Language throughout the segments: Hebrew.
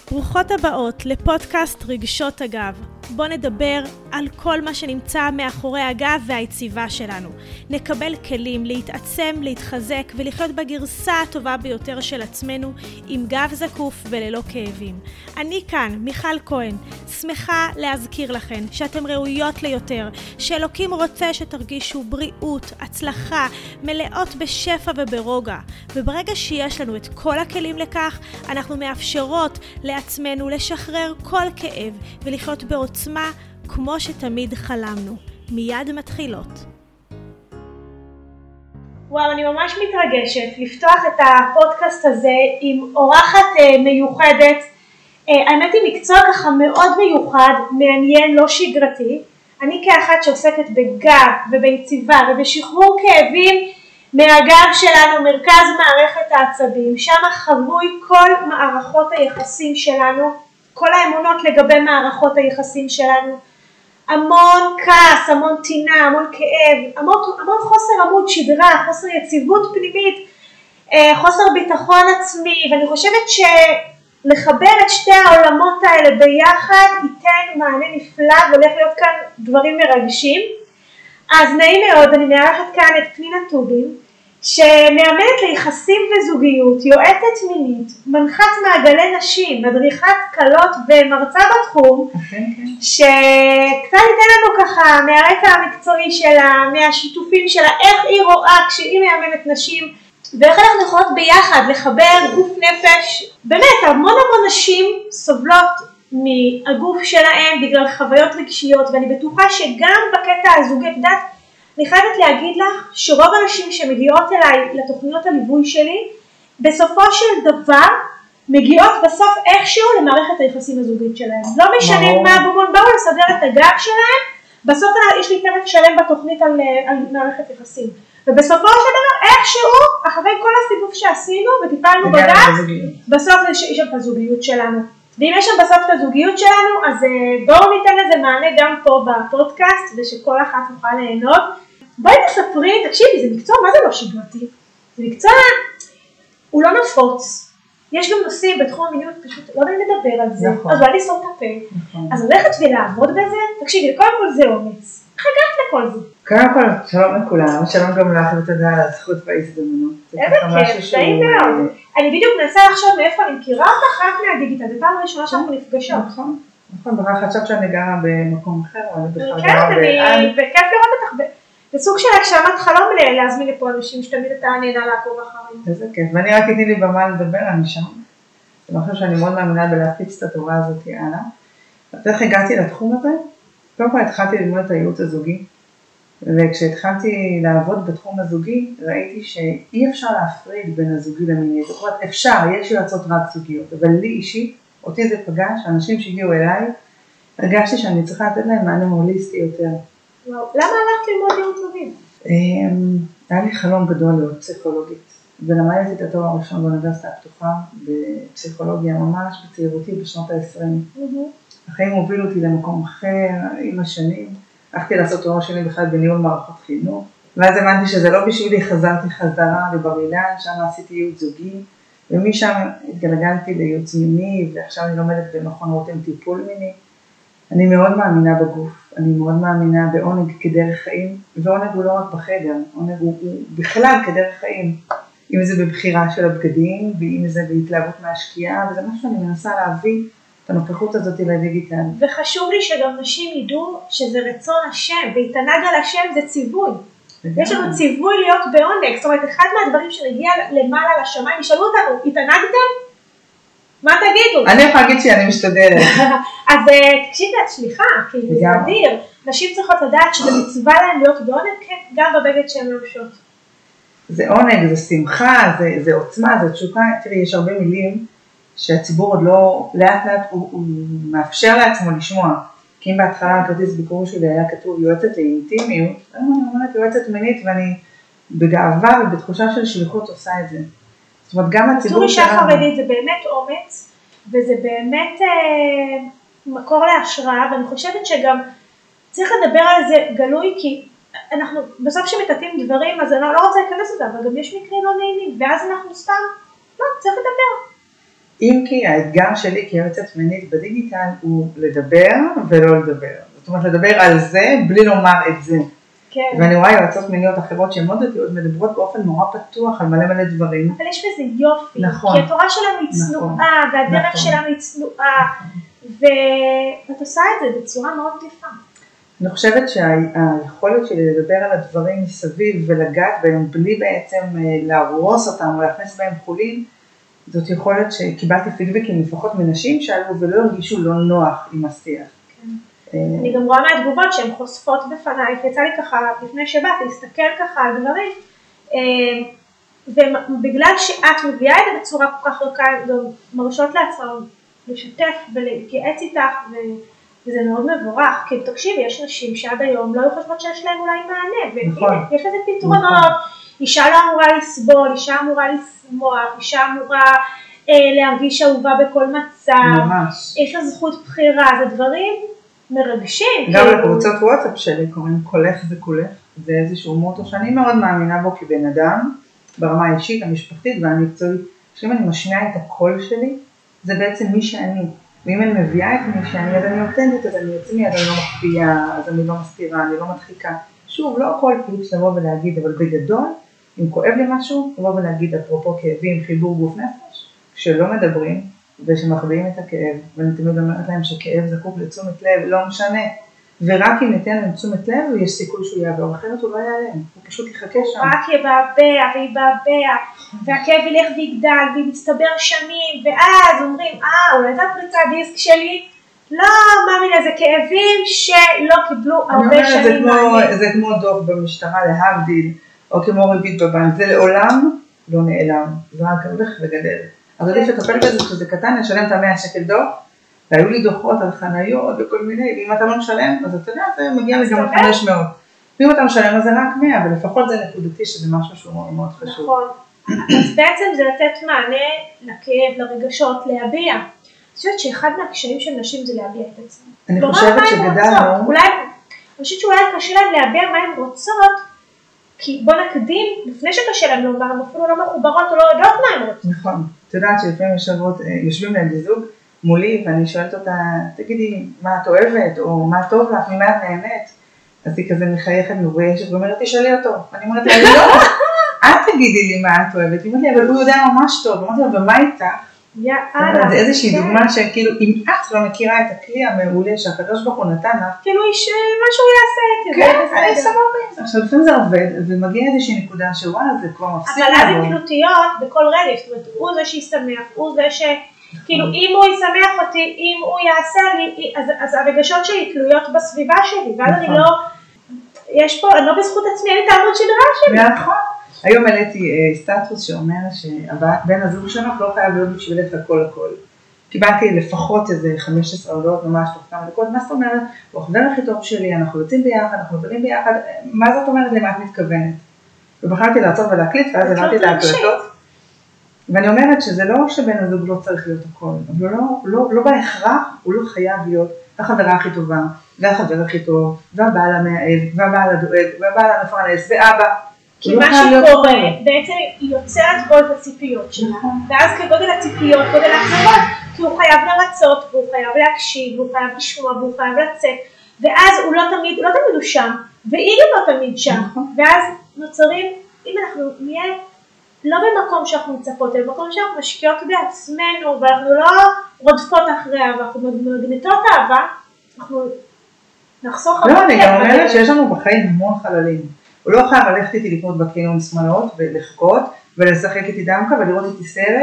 ברוכות הבאות לפודקאסט רגשות הגב. בוא נדבר על כל מה שנמצא מאחורי הגב והיציבה שלנו. נקבל כלים להתעצם, להתחזק ולחיות בגרסה הטובה ביותר של עצמנו עם גב זקוף וללא כאבים. אני כאן, מיכל כהן, שמחה להזכיר לכן שאתם ראויות ליותר, שאלוקים רוצה שתרגישו בריאות, הצלחה, מלאות בשפע וברוגע. וברגע שיש לנו את כל הכלים לכך, אנחנו מאפשרות לעצמנו לשחרר כל כאב ולחיות בעוצמה כמו שתמיד חלמנו. מיד מתחילות. וואו, אני ממש מתרגשת לפתוח את הפודקאסט הזה עם אורחת מיוחדת. האמת היא מקצוע ככה מאוד מיוחד, מעניין, לא שגרתי. אני כאחת שעוסקת בגב וביציבה ובשחרור כאבים מהגב שלנו, מרכז מערכת העצבים, שם חבוי כל מערכות היחסים שלנו, כל האמונות לגבי מערכות היחסים שלנו, המון כעס, המון טינה, המון כאב, המון חוסר עמוד שדרה, חוסר יציבות פנימית, חוסר ביטחון עצמי, ואני חושבת שלחבר את שתי העולמות האלה ביחד ייתן מענה נפלא והולך להיות כאן דברים מרגשים. אז נעים מאוד, אני מארחת כאן את פנינה טובין, שמאמנת ליחסים וזוגיות, יועצת מינית, מנחת מעגלי נשים, מדריכת קלות ומרצה בתחום, שקצת ייתן לנו ככה מהרקע המקצועי שלה, מהשיתופים שלה, איך היא רואה כשהיא מאמנת נשים, ואיך אנחנו יכולות ביחד לחבר גוף נפש. באמת, המון נשים סובלות מהגוף שלהם בגלל חוויות רגשיות, ואני בטוחה שגם בקטע הזוגי, אני חייבת להגיד לך שרוב הנשים שמגיעות אליי לתוכניות הליווי שלי, בסופו של דבר מגיעות בסוף איכשהו למערכת היחסים הזוגית שלהם. לא משנה מה, באו לסדר את הגב שלהם, בסוף יש לי פרק שלם בתוכנית על מערכת יחסים. ובסופו של דבר איכשהו, אחרי כל הסיבוב שעשינו וטיפלנו בגב, בסוף יש שם את הזוגיות שלנו. ואם יש שם בסוף את הזוגיות שלנו, אז בואו ניתן לזה מענה גם פה בפודקאסט, ושכל אחת נוכל ליהנות. בואי תספרי, תקשיבי, זה מקצוע, מה זה לא שגרתי? זה מקצוע, הוא לא נפוץ. יש גם נושאים בתחום המיניות, פשוט לא יודעים לדבר על זה, אז אולי לסור את הפה. אז הולכת ולעבוד בזה, תקשיבי, קודם כל זה אומץ. איך הגעת לכל זה? קודם כל, שלום לכולם, שלום גם לך ותודה על הזכות וההזדמנות. איזה כיף, נעים מאוד. אני בדיוק מנסה לחשוב מאיפה אני מכירה אותך רק מהדיגיטל, זה פעם ראשונה שאנחנו נפגשות. נכון, בכלל חשבת שאני גרה במקום אחר, אבל בכלל גרה וכיף לראות אותך בסוג של הגשמת חלום להזמין לפה אנשים שתמיד אתה נהנה לעקוב אחרים. איזה כיף, ואני רק תתני לי במה לדבר, אני שם. אני חושב שאני מאוד מאמינה בלהפיץ את התורה הזאת הלאה. אז איך הגעתי לתחום הזה? קודם כל התחלתי ללמוד את הייעוץ הזוגי, וכשהתחלתי לעבוד בתחום הזוגי, ראיתי שאי אפשר להפריד בין הזוגי למיני. זאת אומרת, אפשר, יש יועצות רק זוגיות, אבל לי אישית, אותי זה פגש, האנשים שהגיעו אליי, הרגשתי שאני צריכה לתת להם מענה הוליסטי יותר. וואו, למה הלכת ללמוד ייעוץ זוגי? היה לי חלום גדול להיות פסיכולוגית, ולמדתי את התואר הראשון באוניברסיטה הפתוחה, בפסיכולוגיה ממש בצעירותי בשנות ה-20. החיים הובילו אותי למקום אחר עם השנים, הלכתי לעשות תואר שני בכלל בניהול מערכות חינוך, ואז הבנתי שזה לא בשבילי, חזרתי חזרה לבר אילן, שם עשיתי ייעוץ זוגי, ומשם התגלגלתי לייעוץ מיני, ועכשיו אני לומדת במכון רותם טיפול מיני. אני מאוד מאמינה בגוף, אני מאוד מאמינה בעונג כדרך חיים, ועונג הוא לא רק בחדר, עונג הוא בכלל כדרך חיים, אם זה בבחירה של הבגדים, ואם זה בהתלהבות מהשקיעה, וזה מה שאני מנסה להביא, את הנוכחות הזאת לדיגיטל. וחשוב לי שגם נשים ידעו שזה רצון השם, והתענג על השם זה ציווי. יש לנו ציווי להיות בעונג, זאת אומרת, אחד מהדברים שנגיע למעלה לשמיים, ישאלו אותנו, התענגתם? מה תגידו? אני יכולה להגיד שאני משתדלת. אז תקשיבי את שליחה, כי זה אדיר. נשים צריכות לדעת שזה מצווה להם להיות בעונג, כן, גם בבגד שהן לובשות. זה עונג, זה שמחה, זה עוצמה, זה תשוקה. תראי, יש הרבה מילים שהציבור עוד לא, לאט לאט הוא מאפשר לעצמו לשמוע. כי אם בהתחלה הכרטיס ביקור שלי היה כתוב יועצת לאינטימיות, אני אומרת יועצת מינית ואני בגאווה ובתחושה של שליחות עושה את זה. זאת אומרת, גם הציבור שלנו. אישה חרדית זה באמת אומץ, וזה באמת מקור להשראה, ואני חושבת שגם צריך לדבר על זה גלוי, כי אנחנו בסוף שמטאטים דברים, אז אני לא רוצה להיכנס לזה, אבל גם יש מקרים לא נעימים, ואז אנחנו סתם, לא, צריך לדבר. אם כי האתגר שלי כיועצת מינית בדיגיטל הוא לדבר ולא לדבר. זאת אומרת, לדבר על זה בלי לומר את זה. כן. ואני רואה יועצות מיניות אחרות שהן מאוד דתיות מדברות באופן נורא פתוח על מלא דברים. אבל יש בזה יופי, נכון. כי התורה שלנו היא צנועה, והדרך נכון. שלנו היא צנועה, ואת עושה את זה בצורה מאוד יפה. אני חושבת שהיכולת שלי לדבר על הדברים מסביב ולגעת בהם בלי בעצם להרוס אותם או להכניס בהם חולין, זאת יכולת שקיבלתי פידבקים לפחות מנשים שעלו ולא הרגישו לא נוח עם השיח. אני גם רואה מהתגובות שהן חושפות בפניי, יצא לי ככה לפני שבאת להסתכל ככה על דברים, ובגלל שאת מביאה את זה בצורה כל כך רכה, הן גם מרשות לעצמם לשתף ולהתייעץ איתך, וזה מאוד מבורך, כי תקשיבי, יש נשים שעד היום לא היו חושבות שיש להן אולי מענה, ויש לזה פתרונות, אישה לא אמורה לסבול, אישה אמורה לשמוח, אישה אמורה להרגיש אהובה בכל מצב, יש לה זכות בחירה, זה דברים מרגשים. גם לקבוצות וואטסאפ שלי קוראים קולך זה כולך, זה איזשהו מוטו שאני מאוד מאמינה בו כבן אדם, ברמה האישית, המשפחתית והמקצועית, שאם אני משמיעה את הקול שלי, זה בעצם מי שאני, ואם אני מביאה את מי שאני, אז אני אותנטית, אז אני יוצא מיד, אני לא מחפיאה, אז אני לא מסתירה, אני לא מדחיקה. שוב, לא הכל פיפס לבוא ולהגיד, אבל בגדול, אם כואב לי משהו, לבוא ולהגיד, אפרופו כאבים, חיבור גוף נפש, שלא מדברים, ושמחביאים את הכאב, ואני תמיד אומרת להם שכאב זקוק לתשומת לב, לא משנה, ורק אם ניתן להם תשומת לב, יש סיכוי שהוא יעבור, אחרת הוא לא יעלם, הוא פשוט יחכה שם. רק יבעבע ויבעבע, והכאב ילך ויגדל, וימצטבר שנים, ואז אומרים, אולי את הפריצת דיסק שלי, לא, מאמינה, זה כאבים שלא קיבלו הרבה שנים. זה כמו דוח במשטרה להבדיל, או כמו ריבית בבנק, זה לעולם לא נעלם, זה רק הולך וגדל. אז עדיף לטפל בזה כשזה קטן, לשלם את ה100 שקל דוח, והיו לי דוחות על חניות וכל מיני, ואם אתה לא משלם, אז אתה יודע, זה מגיע לי גם 500. ואם אתה משלם, אז זה רק 100, ולפחות זה נקודתי, שזה משהו שהוא מאוד מאוד חשוב. נכון. אז בעצם זה לתת מענה לכאב, לרגשות, להביע. אני חושבת שאחד מהקשיים של נשים זה להביע את עצמם. אני חושבת שגדלנו... אני חושבת שאולי קשה להם להביע מה הן רוצות, כי בוא נקדים, לפני שקשה להם לומר, הם אפילו לא מחוברות או לא יודעות מה הן רוצות. נכון. את יודעת שלפעמים יושבים להם בזוג מולי, ואני שואלת אותה, תגידי, מה את אוהבת, או מה טוב לך, ממה את נהנית? אז היא כזה מחייכת מבוישת, ואומרת, תשאלי אותו. אני אומרת לה, לא, את תגידי לי מה את אוהבת. היא אומרת לי, אבל הוא יודע ממש טוב. אמרתי לה, ומה איתך? זה איזושהי דוגמה שכאילו, אם את לא מכירה את הכלי המעולה שהקדוש ברוך הוא נתן לך, כאילו משהו יעשה את זה. כן, סבבה. עכשיו לפעמים זה עובד, ומגיע איזושהי נקודה שוואלה, זה כבר מפסיק. אבל אז עם תלותיות בכל רגע, זאת אומרת, הוא זה שישמח, הוא זה ש... כאילו אם הוא ישמח אותי, אם הוא יעשה לי, אז הרגשות שלי תלויות בסביבה שלי, ואז אני לא, יש פה, אני לא בזכות עצמי, אין את העמוד שדרה שלי. נכון. היום העליתי סטטוס שאומר שבן הזוג שלך לא חייב להיות בשבילך הכל. קיבלתי לפחות איזה 15 הודעות ממש תוך כמה דקות, מה זאת אומרת? הוא החבר הכי טוב שלי, אנחנו יוצאים ביחד, אנחנו מבלים ביחד, מה זאת אומרת למה את מתכוונת? ובחרתי לעצור ולהקליט, ואז הבנתי את ההקלטות. ואני אומרת שזה לא שבן הזוג לא צריך להיות הכל, אבל לא בהכרח, הוא לא חייב להיות החברה הכי טובה, והחבר הכי טוב, והבעל המאהב, והבעל הדואג, והבעל המפרנס, ואבא. כי מה שקורה, בעצם היא יוצרת פה את הציפיות שלה, ואז כגודל הציפיות, גודל האחרות, כי הוא חייב לרצות, והוא חייב להקשיב, והוא חייב לשמוע, והוא חייב לצאת, ואז הוא לא תמיד הוא שם, והיא גם לא תמיד שם, ואז נוצרים, אם אנחנו נהיה לא במקום שאנחנו מצפות, אלא במקום שאנחנו משקיעות בעצמנו, ואנחנו לא רודפות אחריה, ואנחנו מגנטות אהבה, אנחנו נחסוך... לא, אני גם אומרת שיש לנו בחיים המון חללים. הוא לא חייב ללכת איתי לקנות בקניון שמאלות ולחכות ולשחק איתי דמקה ולראות איתי סרט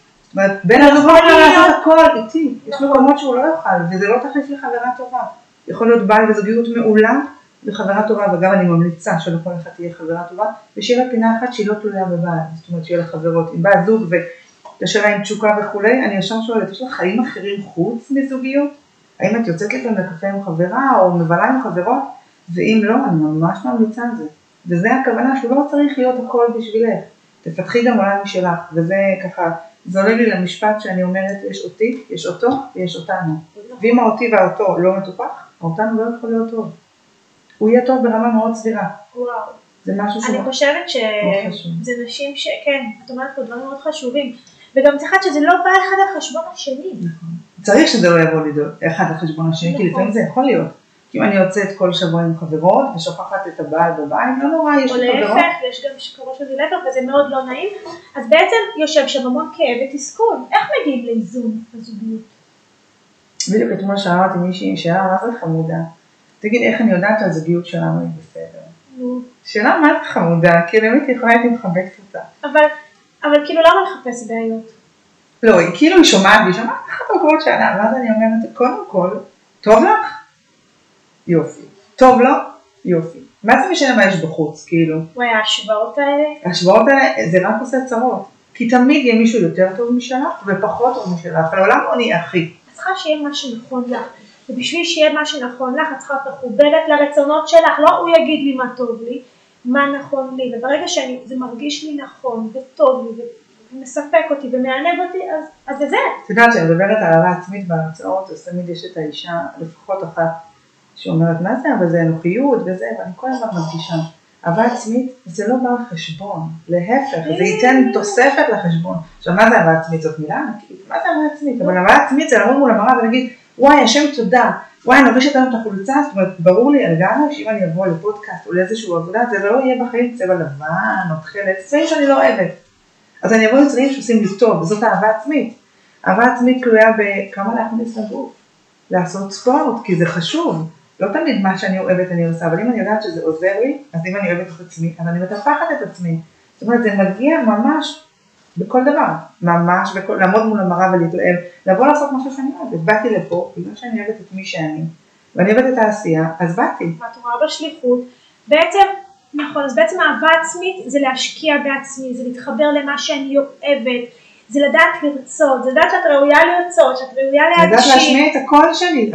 בין הזוג לא יכול לעשות הכל איתי, יש מקומות שהוא לא יוכל וזה לא תחליף לחברה טובה. יכול להיות בעל וזוגיות מעולה וחברה טובה, וגם אני ממליצה שלכל אחד תהיה חברה טובה, ושיהיה לה פינה אחת שהיא לא תלויה בבעל, זאת אומרת שיהיה לה חברות עם בעל זוג ותשאלה עם תשוקה וכולי. אני ישר שואלת, יש לך חיים אחרים חוץ מזוגיות? האם את יוצאת לכם לקפה עם חברה או מבלה עם חברות? ואם לא, אני ממש ממליצה על זה. וזה הכוונה שהוא לא צריך להיות הכל בשבילך. תפתחי גם עולם משלך, וזה ככה, זה עולה לי למשפט שאני אומרת, יש אותי, יש אותו ויש אותנו. ואם האותי והאותו לא מטופח, האותנו לא יכול להיות טוב. הוא יהיה טוב ברמה מאוד סבירה. וואו. זה משהו אני חושבת שזה נשים שכן, את אומרת פה דברים מאוד חשובים. וגם צריכה שזה לא בא אחד על חשבון השני. נכון. צריך שזה לא יבוא לידי אחד על חשבון השני, כי לפעמים זה יכול להיות. כי אם אני יוצאת כל שבוע עם חברות ושוכחת את הבעל בבית, לא נורא, יש לי חברות. או להפך, יש גם שקרות שזה להפך, וזה מאוד לא נעים. אז בעצם יושב שם המון כאב ותסכול. איך מגיעים לאיזון הזוגיות? בדיוק אתמול שאלתי מישהי, שאלה מה זה חמודה. תגיד, איך אני יודעת שהזוגיות שלנו היא בסדר? שאלה מה זה חמודה, כי באמת יכולה הייתי מחבקת אותה. אבל כאילו למה לחפש בעיות? לא, היא כאילו היא שומעת איך אתה כל שנה, ואז אני אומרת, קודם כל, טוב לך? יופי. טוב לא? יופי. מה זה משנה מה יש בחוץ, כאילו? וואי, ההשוואות האלה? ההשוואות האלה, זה רק עושה צרות. כי תמיד יהיה מישהו יותר טוב משלך, ופחות טוב משלך. לעולם לא נהיה הכי. את צריכה שיהיה מה שנכון לך. ובשביל שיהיה מה שנכון לך, את צריכה להיות מחוברת לרצונות שלך. לא הוא יגיד לי מה טוב לי, מה נכון לי. וברגע שזה מרגיש לי נכון, וטוב לי, ומספק אותי, ומענב אותי, אז זה זה. את יודעת שאני מדברת על אהבה עצמית בהרצאות, אז תמיד יש את האישה, לפחות אחת, שאומרת מה זה, אבל זה אנוכיות וזה, ואני כל הזמן מדגישה. אהבה עצמית זה לא בא לחשבון, להפך, זה ייתן תוספת לחשבון. עכשיו מה זה אהבה עצמית? זאת מילה ענקית, מה זה אהבה עצמית? אבל אהבה עצמית זה לעמוד מול המראה ולהגיד, וואי, השם תודה, וואי, אני מבקשת היום את החולצה, זאת אומרת, ברור לי לגמרי שאם אני אבוא לפודקאסט או לאיזשהו עבודה, זה לא יהיה בחיים צבע לבן או תכלת, צבעים שאני לא אוהבת. אז אני אבוא לצבעים שעושים לי טוב, וזאת אהבה עצמית. אהבה עצמית תלויה בכמה להכניס לגוף, לעשות ספורט, כי זה חשוב. לא תמיד מה שאני אוהבת אני עושה, אבל אם אני יודעת שזה עוזר לי, אז אם אני אוהבת את עצמי, אז אני מטפחת את עצמי. זאת אומרת, זה מגיע ממש בכל דבר, ממש לעמוד מול המראה ולהתלהב, לבוא לעשות משהו שאני אוהבת. באתי לפה, בגלל שאני אוהבת את מי שאני, ואני אוהבת את העשייה, אז באתי. ואת רואה בשליחות, בעצם, נכון, אז בעצם אהבה עצמית זה להשקיע בעצמי, זה להתחבר למה שאני אוהבת, זה לדעת לרצות, זה לדעת שאת ראויה לרצות, שאת ראויה להגשים. לדעת להשמיע את הקול שלי,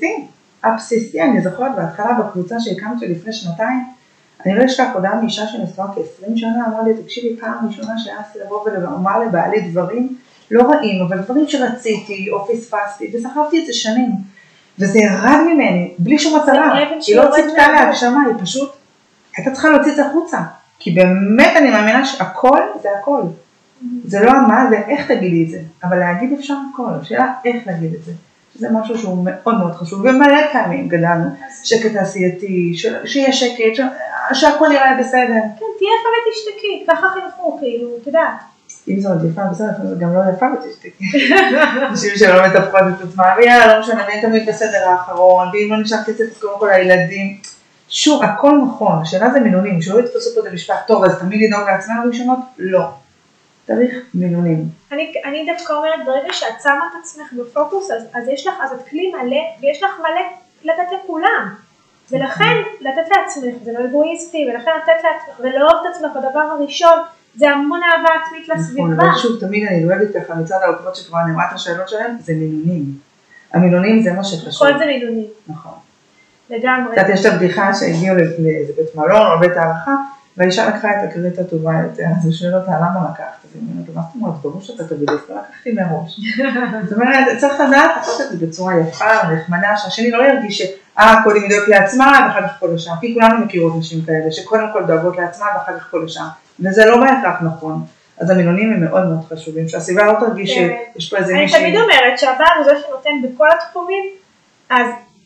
הבסיסי, אני זוכרת בהתחלה בקבוצה שהקמתי לפני שנתיים, אני לא אשכח הודעה מאישה שנשואה כ-20 שנה, אמרה לי, תקשיבי, פעם ראשונה שהעזתי לבוא ולומר לבעלי דברים לא רעים, אבל דברים שרציתי או פספסתי, וסחבתי את זה שנים, וזה ירד ממני, בלי שום הצלה, היא לא ציפתה להגשמה, היא פשוט, הייתה צריכה להוציא את זה החוצה, כי באמת אני מאמינה שהכל זה הכל, זה לא מה, זה איך תגידי את זה, אבל להגיד אפשר הכל, השאלה איך להגיד את זה. זה משהו שהוא מאוד מאוד חשוב, ומלא פעמים גדלנו, שקט עשייתי, שיהיה שקט, שהכל נראה בסדר. כן, תהיה יפה ותשתקי, ככה חינכו, כאילו, אתה יודע. אם זאת יפה בסדר, זה גם לא יפה ותשתקי. אנשים שלא מטפחות את עצמם, ויאללה, לא משנה, אני תמיד בסדר האחרון, ואם לא נשאר כסף, אז קודם כל הילדים. שוב, הכל נכון, השאלה זה מינונים, שלא יתפסו פה את המשפט טוב, אז תמיד לדאוג לעצמנו ראשונות, לא. צריך מינונים. אני דווקא אומרת, ברגע שאת שמה את עצמך בפוקוס, אז יש לך, אז את כלי מלא, ויש לך מלא לתת לכולם. ולכן, לתת לעצמך, זה לא אגואיסטי, ולכן לתת לעצמך, ולאהוב את עצמך, הדבר הראשון, זה המון אהבה עצמית לסביבה. נכון, אבל שוב, תמיד אני דואגת ככה מצד העוקבות שכבר נאמרה את השאלות שלהם, זה מינונים. המינונים זה מה שחשוב. כל זה מינונים. נכון. לגמרי. קצת יש את הבדיחה שהגיעו לאיזה בית מלון או בית הערכה, והאישה לקחה את הכרית הטובה יותר, אז הוא שואל אותה, למה לקחת? אז היא אומרת, מה זאת אומרת, ברור שאתה תביא לי, אז לקחתי מראש. זאת אומרת, צריך לדעת, לעשות את זה בצורה יפה, נחמדה, שהשני לא ירגיש קודם היא דואגת לעצמה, ואחר כך כל השאר, כי כולנו מכירות נשים כאלה, שקודם כל דואגות לעצמה, ואחר כך כל השאר, וזה לא בהכרח נכון. אז המינונים הם מאוד מאוד חשובים, שהסביבה לא תרגיש שיש פה איזה מישהו. אני תמיד אומרת שהבעל הוא זה שנותן בכל התחומים, אז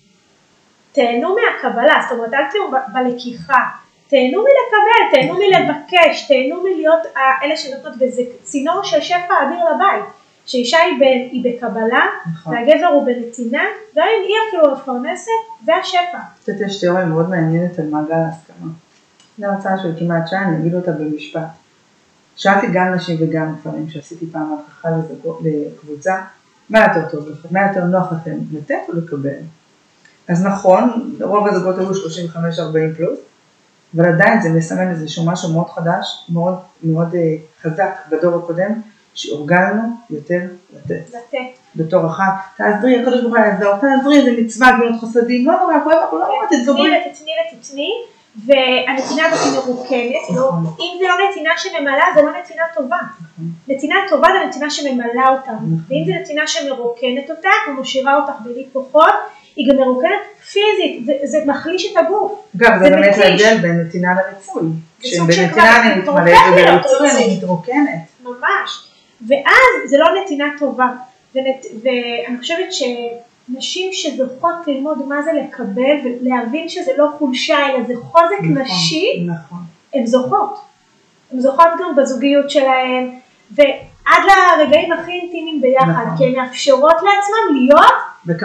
תהנו מהקבלה, זאת אומרת, אל תהיו בלקיחה. תהנו מלקבל, תהנו מלבקש, תהנו מלהיות אלה שנותנות, וזה צינור של שפע אדיר לבית, שאישה היא בקבלה, והגבר הוא בנתינה, גם אם היא אפילו מפרנסת, זה השפע. קצת יש תיאוריה מאוד מעניינת על מעגל ההסכמה. זו הרצאה של כמעט שעה, אני אגיד אותה במשפט. שאלתי גם נשים וגם גברים, שעשיתי פעם הדרכה לקבוצה, מה יותר טוב לכם, מה יותר נוח לכם, לתת או לקבל? אז נכון, רוב הזוגות היו 35-40 פלוס, אבל עדיין זה מסמן איזשהו משהו מאוד חדש, מאוד מאוד חזק בדור הקודם, שהורגלנו יותר לתת. בתור אחת, תעזרי, הקדוש ברוך הוא יעזור, תעזרי, זה מצווה, גמילות חסדים, לא נורא, כואב, אנחנו לא נורא, תתני, והנתינה הזאת היא מרוקנת, אם זה לא נתינה שממלאה, זה לא נתינה טובה. נתינה טובה זה נתינה שממלאה אותה, ואם זה נתינה שמרוקנת אותה, ומשאירה אותך בלי כוחות, היא גם מרוקנת פיזית, זה מחליש את הגוף. גם זה באמת ההבדל בין נתינה לריצוי. שבנתינה אני מתמלאת ובריצוי אני מתרוקנת. ממש. ואז זה לא נתינה טובה, ואני חושבת שנשים שזוכות ללמוד מה זה לקבל, ולהבין שזה לא חולשה, אלא זה חוזק נשי, הן זוכות. הן זוכות גם בזוגיות שלהן, ועד לרגעים הכי אינטימיים ביחד, כי הן מאפשרות לעצמן להיות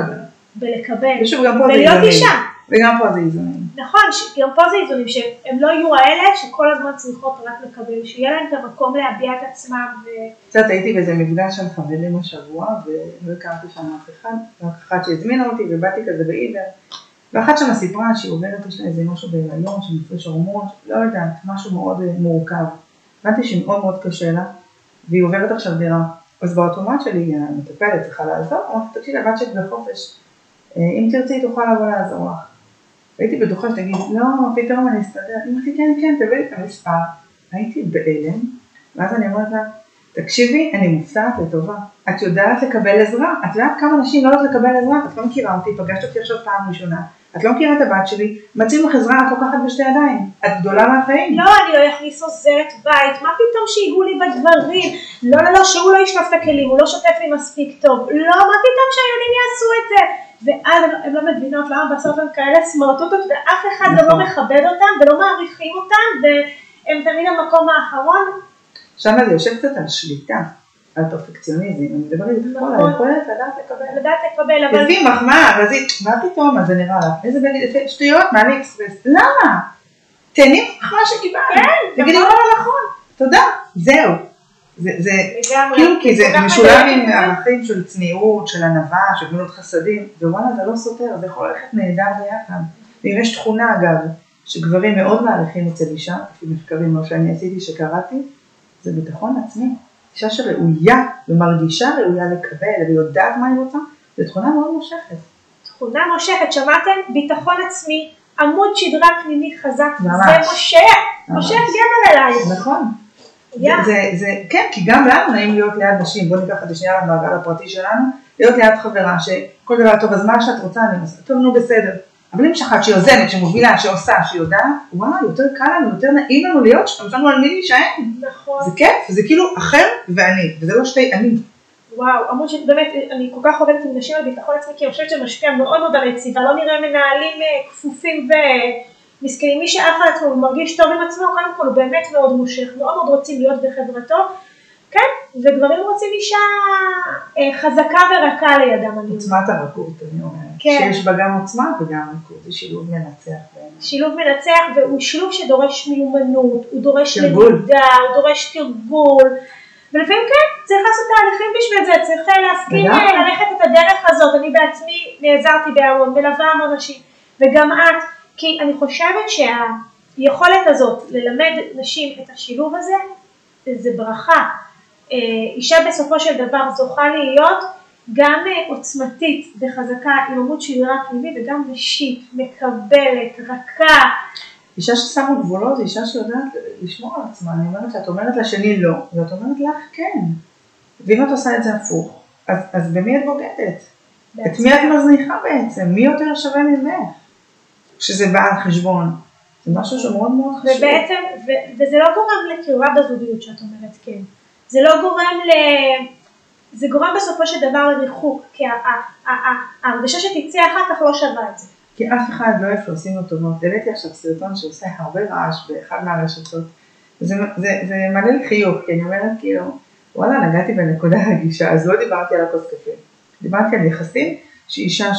ולקבל, ולהיות אישה. וגם פה זה איזונים. נכון, גם פה זה איזונים, שהם לא יהיו האלה שכל הזמן צריכות רק לקבל, שיהיה להם את המקום להביע את עצמם. קצת הייתי באיזה מפגש של חברים השבוע, ולא הכרתי שם אף אחד, רק אחת שהזמינה אותי, ובאתי כזה באידר, ואחת שם סיפרה שהיא עוברת, יש לה איזה משהו בהיריון, שמפריש הורמון, לא יודעת, משהו מאוד מורכב. הבנתי שמאוד מאוד קשה לה, והיא עוברת עכשיו דירה. אז באוטומט שלי, המטפלת צריכה לעזור, אמרתי, תקשיב, הבת שלי בחופש, אם תרצי תוכל לבוא לעזור לך. הייתי בטוחה שתגיד, לא, פתאום אני אסתדר, אמרתי, כן, תביא לי את המספר. הייתי בהלם, ואז אני אומרת לה, תקשיבי, אני מופתעת לטובה. את יודעת לקבל עזרה? את יודעת כמה נשים לא יודעות לקבל עזרה? את לא מכירה אותי, פגשת אותי עכשיו פעם ראשונה. את לא מכירה את הבת שלי, מציעים לך עזרה, את לוקחת בשתי ידיים. את גדולה מהחיים. לא, אני לא יכניס עוזרת בית, מה פתאום שיגעו לי בדברים? לא, שהוא לא ישלוף את הכלים, הוא לא שוטף לי מספיק טוב. לא, מה פתאום שהילדים יעשו את זה? ואז הן לא מבינות למה בסוף הן כאלה סמרטוטות, ואף אחד לא מכבד אותם ולא מעריכים אותם, והם תמיד המקום האחרון. שם זה יושב קצת על שליטה, על פרפקציוניזם, אני מדברת איתך כל היכולת לדעת לקבל, אבל... תביא מחמאה, מה פתאום, אז זה נראה לך, איזה שטויות, מעלי אקספרס, למה? תהני מחמאה שקיבלת, תגידי מה לא נכון, תודה, זהו. זה כאילו כי זה משולב עם ערכים של צניעות, של ענווה, של גמילות חסדים, ווואלה זה לא סותר, זה יכול ללכת נהדר ביחד. ואם יש תכונה אגב, שגברים מאוד מעריכים אצל אישה, לפי מחקרים לא שאני עשיתי שקראתי, זה ביטחון עצמי. אישה שראויה ומרגישה ראויה לקבל ויודעת מה היא רוצה, זה תכונה מאוד מושכת. תכונה מושכת, שמעתם? ביטחון עצמי, עמוד שדרה פנימי חזק, ממש. זה מושך גבר אליי. נכון. כן, כי גם לנו נעים להיות ליד נשים, בוא ניקח את השנייה למעגל הפרטי שלנו, להיות ליד חברה שכל דבר טוב, אז מה שאת רוצה אני עושה, טוב נו בסדר, אבל אם יש אחת שיוזמת, שמובילה, שעושה, שיודעת, וואו, יותר קל לנו, יותר נעים לנו להיות, יש לנו על מי להישען. נכון. זה כיף, זה כאילו אחר ואני, וזה לא שתי אני. וואו, אמרו שבאמת, אני כל כך עובדת עם נשים על ביטחון עצמי, כי אני חושבת שזה משפיע מאוד מאוד על היציבה, לא נראה מנהלים כפופים מסכנים, מי שאף על עצמו מרגיש טוב עם עצמו, קודם כל הוא באמת מאוד מושך, מאוד מאוד רוצים להיות בחברתו, כן, וגברים רוצים אישה חזקה ורכה לידם. עוצמת הרכות, אני אומרת, שיש בה גם עוצמה וגם רכות, זה שילוב מנצח. שילוב מנצח, והוא שילוב שדורש מיומנות, הוא דורש למידה, הוא דורש תרגול, ולפעמים כן, צריך לעשות תהליכים בשביל זה, צריך להסכים ללכת את הדרך הזאת, אני בעצמי נעזרתי בהמון, מלווה המון נשים, וגם את, כי אני חושבת שהיכולת הזאת ללמד נשים את השילוב הזה, זה ברכה. אישה בסופו של דבר זוכה להיות גם עוצמתית וחזקה עם עמוד שדרה פנימי וגם נשית, מקבלת, רכה. אישה ששמו גבולות זה אישה שיודעת לשמור על עצמה. אני אומרת שאת אומרת לשני לא, ואת אומרת לך כן. ואם את עושה את זה הפוך, אז במי את בוגדת? את מי את מזניחה בעצם? מי יותר שווה ממך? כשזה בא על חשבון. זה משהו שמאוד מאוד חשוב. ובעצם, וזה לא גורם לקרבה בזוגיות שאת אומרת כן. זה לא גורם זה גורם בסופו של דבר לריחוק, כי ההרגשה שתצא אחר כך לא שווה את זה. כי אף אחד לא אוהב שעושים לו טובות. העליתי עכשיו סרטון שעושה הרבה רעש באחד מהרשתות. זה מלא לי חיוך, כי אני אומרת כאילו, וואלה, נגעתי בנקודה רגישה, אז לא דיברתי על הכוס קפה. דיברתי על יחסים שאישה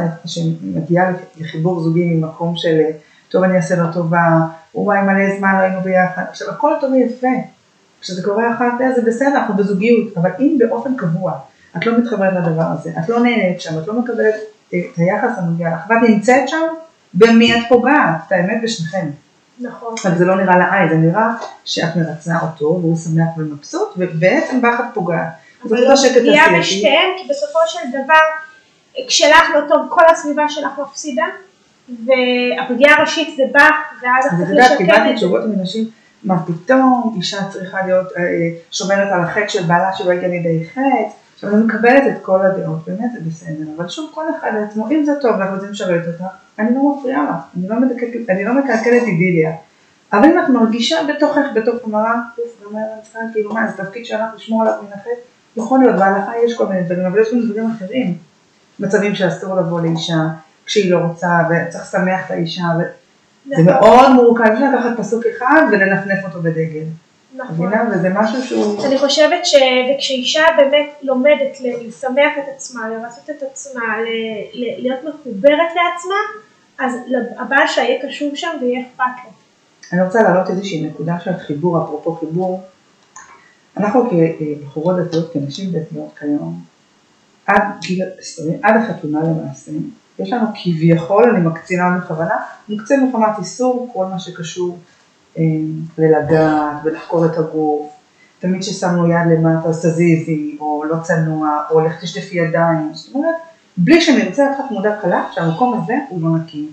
שמגיעה לחיבור זוגי ממקום של, טוב אני אעשה לו טובה, וואי מלא זמן לא היינו ביחד. עכשיו הכל טוב ויפה. כשזה קורה אחת זה בסדר, אנחנו בזוגיות, אבל אם באופן קבוע את לא מתחברת לדבר הזה, את לא נהנית שם, את לא מקבלת את היחס המגיע לך, ואת נמצאת שם, במי את פוגעת? את האמת בשניכם. נכון. אבל זה לא נראה לעין, זה נראה שאת מרצה אותו, והוא שמח ומבסוט, ובעצם באחד פוגעת. אבל לא פגיעה בשתיהם, כי בסופו של דבר, כשלך לא טוב, כל הסביבה שלך מפסידה, והפגיעה הראשית זה בך, ואז את צריך לשקם. קיבלתי תשובות מנשים, מה פתאום, אישה צריכה להיות שומרת על החטא של בעלה שלא יגיע לידי חטא, עכשיו אני מקבלת את כל הדעות, באמת זה בסדר, אבל שוב כל אחד לעצמו, אם זה טוב ואנחנו רוצים לשרת אותך, אני לא מפריעה לך, אני לא מקלקלת אידיליה, אבל אם את מרגישה בתוכך, בתוך המראה, גם היה צריכה, כאילו מה, זה תפקיד שאנחנו לשמור עליו מנחת, יכול להיות, בהלכה יש כל מיני דברים, אבל יש גם דברים אחרים, מצבים שאסור לבוא לאישה, כשהיא לא רוצה, וצריך לשמח את האישה, זה מאוד מורכב, אפשר לקחת פסוק אחד ולנפנף אותו בדגל. נכון. וזה משהו שהוא... אני חושבת שכשאישה באמת לומדת לשמח את עצמה, לרצות את עצמה, להיות מחוברת לעצמה, אז הבעל שלה יהיה קשוב שם ויהיה אכפת לו. אני רוצה להעלות איזושהי נקודה של חיבור, אפרופו חיבור. אנחנו כבחורות דתיות, כנשים דתיות כיום, עד גיל 20, עד החתונה למעשה, יש לנו כביכול, אני מקצינה בכוונה, מוקצה מחמת איסור, כל מה שקשור ללגעת ולחקור את הגוף. תמיד ששמנו יד למטה, אז תזיזי, או לא צנוע, או לך תשטפי ידיים. זאת אומרת, בלי שנרצה לקחת מודע קלה, שהמקום הזה הוא לא נקי,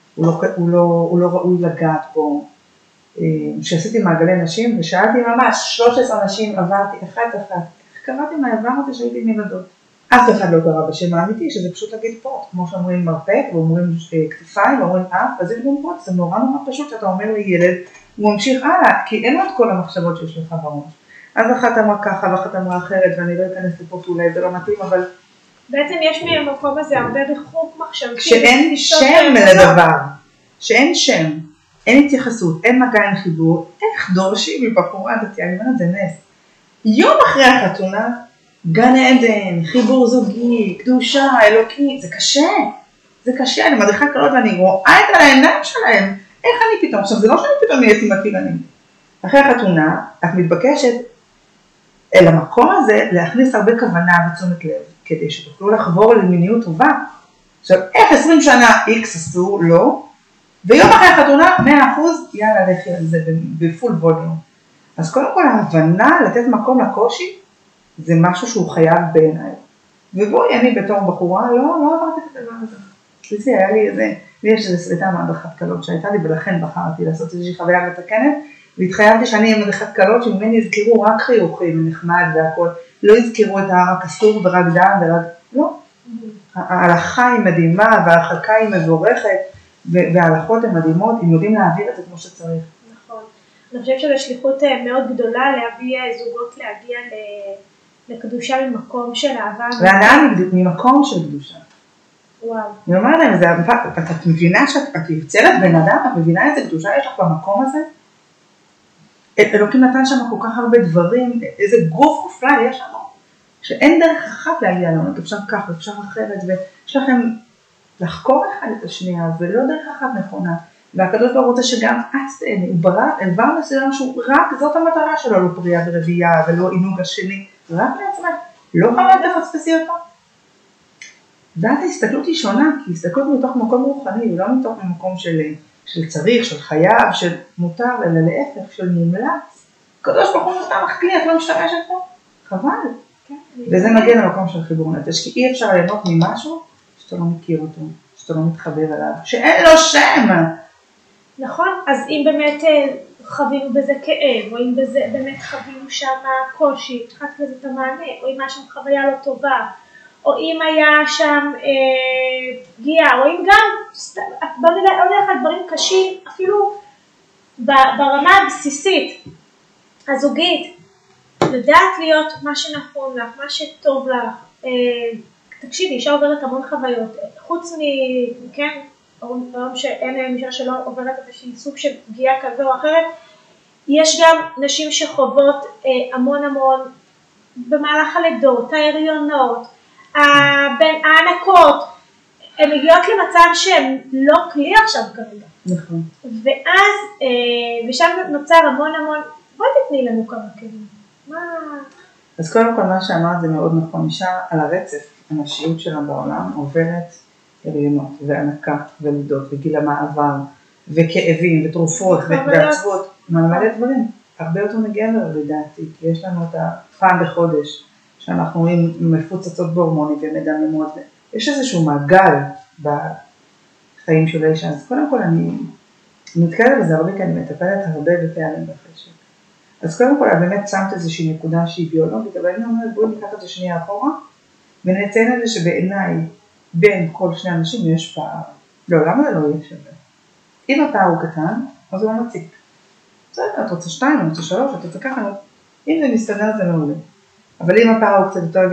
הוא לא ראוי לגעת בו. שעשיתי מעגלי נשים, ושאלתי ממש, 13 נשים עברתי אחת. איך קראתי מהעבר הזה שהייתי מילדות? אף אחד לא קרא בשם האמיתי, שזה פשוט להגיד פרוט, כמו שאומרים מרפק, ואומרים כתפיים, ואומרים אף, אז זה גם פרוט, זה נורא פשוט שאתה אומר לילד, הוא ממשיך הלאה, כי אין לו את כל המחשבות שיש לך בראש. אז אחת אמרה ככה, ואחת אמרה אחרת, ואני לא אכנס לפה אולי, זה לא מתאים, אבל... בעצם יש מהמקום הזה הרבה ריחוק מחשבתי. כשאין שם לדבר, שאין שם, אין התייחסות, אין מגע, אין חיבור, איך דורשים מבחורה דתייה, אני אומרת, זה נס. יום אחרי החתונה, גן עדן, חיבור זוגי, קדושה, אלוקי, זה קשה, אני מדריכה קלות ואני רואה את העיניים שלהם, איך אני פתאום, עכשיו זה לא שאני פתאום נהייתי מתירנית, אחרי החתונה את מתבקשת אל המקום הזה להכניס הרבה כוונה ותשומת לב, כדי שתוכלו לחבור למיניות טובה, עכשיו איך 20 שנה X אסור, לא, ויום אחרי החתונה 100% יאללה לכי על זה בפול ווליום, אז קודם כל ההבנה לתת מקום לקושי, זה משהו שהוא חייב בעיניי. ובואי, אני בתור בחורה, לא עברתי את הדבר הזה. סליחי, היה לי איזה, לי יש איזו סריטה מהדרכת קלות שהייתה לי, ולכן בחרתי לעשות איזושהי חוויה מתקנת, והתחייבתי שאני אהיה מדרכת קלות, שממני יזכרו רק חיוכים, נחמד והכל, לא יזכרו את הרק אסור ורק דם ורק, לא. ההלכה היא מדהימה, וההרחקה היא מבורכת, וההלכות הן מדהימות, הם יודעים להעביר את זה כמו שצריך. נכון. אני חושבת שזו שליחות מאוד גדולה להביא זוגות להגיע לקדושה ממקום של אהבה. והנאה ממקום של קדושה. וואו. אני אומרת להם, את מבינה שאת יוצרת בן אדם, את מבינה איזה קדושה יש לך במקום הזה? אלוקים נתן שם כל כך הרבה דברים, איזה גוף מופלא יש לנו, שאין דרך אחת להגיע לנו, אפשר כך ואפשר אחרת, ויש לכם לחקור אחד את השנייה, ולא דרך אחת נכונה. והקדוש ברוך הוא רוצה שגם את תהני, הוא ברא, עבר מסוים שהוא רק זאת המטרה שלו, לא פרייה ורבייה ולא עינוג השני, רק לעצמך, לא חייב לפספסי אותו. ואת ההסתכלות היא שונה, כי הסתכלות מתוך מקום רוחני, ולא מתוך מקום של צריך, של חייב, של מותר, אלא להפך, של מומלץ. הקדוש ברוך הוא נתן לך כלי, את לא משתמשת פה, חבל. וזה מגיע למקום של חיבור נפש, כי אי אפשר ליהנות ממשהו שאתה לא מכיר אותו, שאתה לא מתחבר אליו, שאין לו שם. נכון, אז אם באמת חווינו בזה כאב, או אם בזה באמת חווינו שם קושי, צריך לזה את המענה, או אם היה שם חוויה לא טובה, או אם היה שם פגיעה, או אם גם, בוא נדע לך דברים קשים, אפילו ברמה הבסיסית, הזוגית, לדעת להיות מה שנכון לך, מה שטוב לך, תקשיבי, אישה עוברת המון חוויות, חוץ כן, שאין אישה שלא עוברת איזושהי סוג של פגיעה כזו או אחרת, יש גם נשים שחוות המון במהלך הלידות, ההריונות, הענקות, הן מגיעות למצב שהן לא כלי עכשיו כרגע. נכון. ואז, ושם נוצר המון, בואי תתני לנו כמה כלים. מה? אז קודם כל מה שאמרת זה מאוד נכון, אישה על הרצף, הנשיות שלה בעולם עוברת הריונות והענקה ולידות וגיל המעבר וכאבים ותרופות ועצבות, מלא דברים, הרבה יותר מגבר לדעתי, כי יש לנו את הפעם בחודש שאנחנו רואים מפוצצות בהורמונים ומדממות, יש איזשהו מעגל בחיים של האישה, אז קודם כל אני מתקלת בזה הרבה כי אני מטפלת הרבה בפערים בחשק. אז קודם כל, באמת שמת איזושהי נקודה שהיא ביולוגית, אבל אני אומרת, בואי ניקח את זה שנייה אחורה, ונציין את זה שבעיניי, בין כל שני אנשים יש פער. לא, למה זה לא יהיה שווה? אם הפער הוא קטן, אז הוא לא מציק. בסדר, את רוצה 2, את רוצה 3, את רוצה ככה, אם זה מסתדר זה מעולה. אבל אם הפער הוא קצת יותר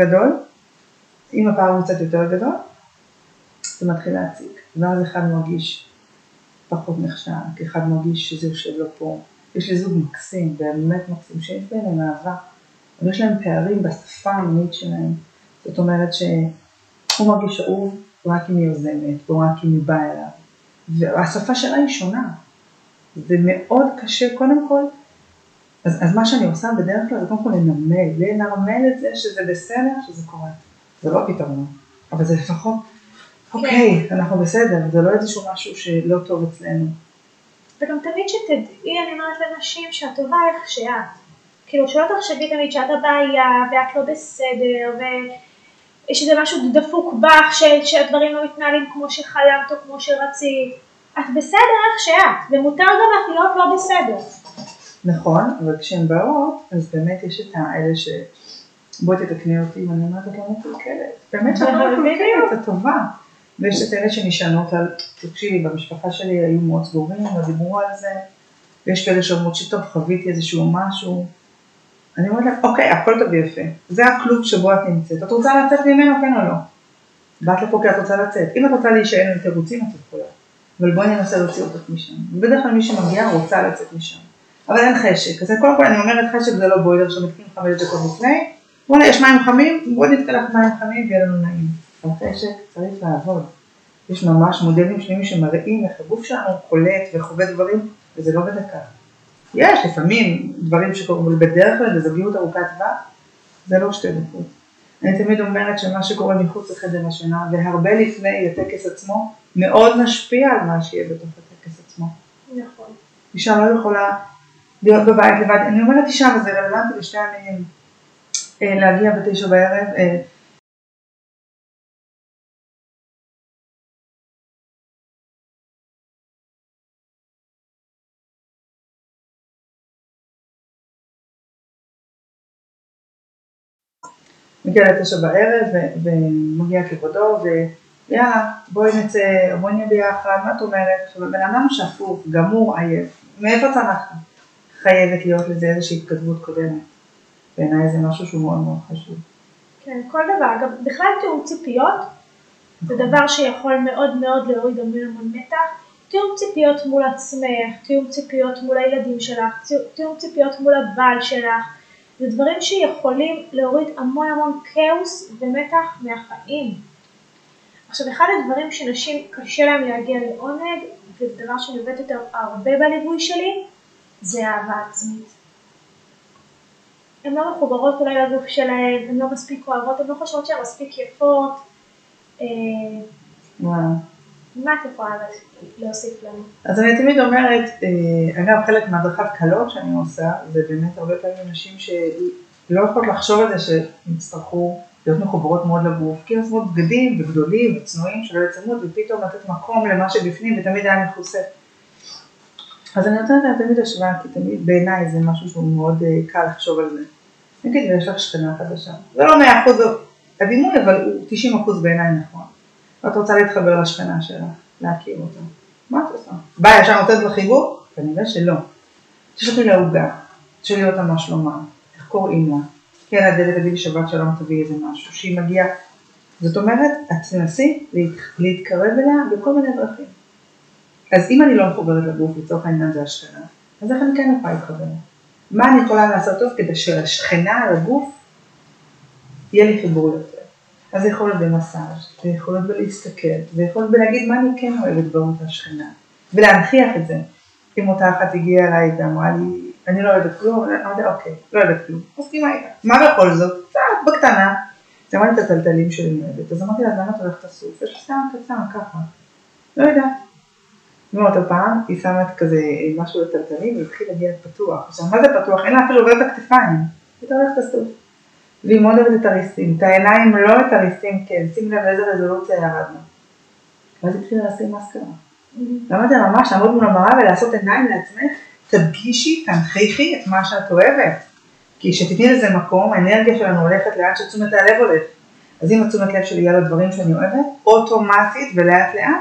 גדול, זה מתחיל להציג. ואז אחד מרגיש פחות נחשק, אחד מרגיש שזה יושב לו פה. יש לי זוג מקסים, באמת מקסים, שיש ביניהם אהבה, אבל יש להם פערים בשפה המינית שלהם. זאת אומרת שהוא מרגיש אהוב רק אם היא יוזמת, או רק אם היא באה אליו. והשפה שלה היא שונה. זה מאוד קשה, קודם כל, אז מה שאני עושה בדרך כלל זה קודם כל לנרמל את זה שזה בסדר, שזה קורה. זה לא פתרון, אבל זה לפחות, אוקיי, אנחנו בסדר, זה לא איזשהו משהו שלא טוב אצלנו. וגם תמיד שתדעי, אני אומרת לנשים, שאת טובה איך שאת. כאילו שלא תחשבי תמיד שאת הבעיה, ואת לא בסדר, ויש איזה משהו דפוק בך, שהדברים לא מתנהלים כמו שחלמת או כמו שרצית. את בסדר איך שאת, ומותר גם לך להיות לא בסדר. נכון, אבל כשהן באות, אז באמת יש את האלה בואי תתקני אותי, ואני אומרת, את לא מקולקלת. באמת שאת לא מקולקלת, את טובה. ויש את אלה שנשענות על, תקשיבי, במשפחה שלי היו מאוד סגורים, ודיברו על זה, ויש כאלה שאומרות שטוב, חוויתי איזשהו משהו. אני אומרת להם, אוקיי, הכל טוב ויפה. זה הכלוב שבו את נמצאת. את רוצה לצאת ממנו, כן או לא? באת לפה כי את רוצה לצאת. אם את רוצה להישאר עם תירוצים, את יכולה. אבל בואי ננסה להוציא אותך משם. בדרך כלל מי שמגיע רוצה לצאת משם. אבל אין חשק. אז קודם כל אני אומרת, חשק זה לא בוילר שמתקים 5 דקות לפני. בואי, יש מים חמים, בואי נתקלח מים חמים ויהיה לנו נעים. אבל חשק צריך לעבוד. יש ממש מודלים שלמים שמראים איך הגוף שלנו קולט וחווה דברים, וזה לא בדקה. יש לפעמים דברים שקורים בדרך כלל, בזוגיות ארוכת טווח, זה לא 2 דקות. אני תמיד אומרת שמה שקורה מחוץ לחדר השינה, והרבה לפני הטקס עצמו, מאוד משפיע על מה שיהיה בתוך הטקס עצמו. נכון. אישה לא יכולה להיות בבית לבד. אני אומרת אישה, וזה רלוונטי לשתי המינים. להגיע ב9 בערב, מגיע ל9 בערב ומגיע כבודו ויאללה בואי נצא, בואי נהיה ביחד, מה את אומרת? ובן אדם שפוף, גמור, עייף, מאיפה צנחת? חייבת להיות לזה איזושהי התכתבות קודמת. בעיניי זה משהו שהוא מאוד מאוד חשוב. כן, כל דבר, גם בכלל תיאום ציפיות, זה דבר שיכול מאוד מאוד להוריד המון מתח. תיאום ציפיות מול עצמך, תיאום ציפיות מול הילדים שלך, תיאום ציפיות מול הבעל שלך, זה דברים שיכולים להוריד המון כאוס ומתח מהחיים. עכשיו, אחד הדברים שנשים קשה להם להגיע לעונג, וזה דבר שאני עובדת יותר הרבה בליווי שלי, זה אהבה עצמית. הן לא מחוברות אולי לגוף שלהן, הן לא מספיק אוהבות, הן לא חושבות שהן מספיק יפות. מה את יכולה להוסיף לנו? אז אני תמיד אומרת, אגב, חלק מהדרכת קלות שאני עושה, זה באמת הרבה פעמים אנשים שלא יכולות לחשוב על זה שהם יצטרכו להיות מחוברות מאוד לגוף, כי הם עושות בגדים וגדולים וצנועים שלא יצמות, ופתאום לתת מקום למה שבפנים ותמיד היה מחוסף. אז אני נותנת להם תמיד השוואה, כי תמיד בעיניי זה משהו שהוא מאוד קל לחשוב על זה. נגיד, ויש לך שכנה חדשה. זה לא 100% הדימוי, אבל הוא 90% בעיניי נכון. ואת רוצה להתחבר לשכנה שלה, להכיר אותה. מה את עושה? באה ישר נותנת לחיבור? כנראה שלא. תשלחי לה עוגה, תשאלי אותה מה שלומה, איך קוראים לה, כן, הדלת תגידי שבת שלום תביא איזה משהו, שהיא מגיעה. זאת אומרת, את תנסי להתקרב אליה בכל מיני דרכים. אז אם אני לא מחוברת לגוף, לצורך העניין זה השכנה, אז איך אני כן יכולה להתחבר? מה אני יכולה לעשות טוב כדי שלשכנה על הגוף יהיה לי חיבור יותר? אז זה יכול להיות במסאז', זה יכול להיות בלהסתכל, זה יכול להיות בלהגיד מה אני כן אוהבת באותה שכנה, ולהנחיח את זה. אם אותה אחת הגיעה אליי ואמרה לי, אני לא אוהבת כלום, אמרתי, אוקיי, לא אוהבת כלום, מסכימה איתה. מה בכל זאת? קצת, בקטנה. זה אמרתי את הטלטלים שלי אוהבת, אז אמרתי לה, למה את הולכת לסוף? יש לי סתם קצר, ככה. לא יודעת. מאותה פעם, היא שמה כזה משהו לטלטלים, והתחיל להגיע פתוח. עכשיו, מה זה פתוח? אין לה אפילו עוברת הכתפיים. היא הולכת לסוף. והיא מאוד אוהבת את הריסים. את העיניים לא את הריסים, כן, שים לב איזה רזולוציה ירדנו. ואז התחילה לשים מסקרה. למדתי ממש לעמוד מול המראה ולעשות עיניים לעצמך, תדגישי, תנכיחי את מה שאת אוהבת. כי כשתתני לזה מקום, האנרגיה שלנו הולכת לאן שתשומת הלב הולך. אז אם התשומת לב שלי יהיה לדברים שאני אוהבת, אוטומטית ולאט לאט,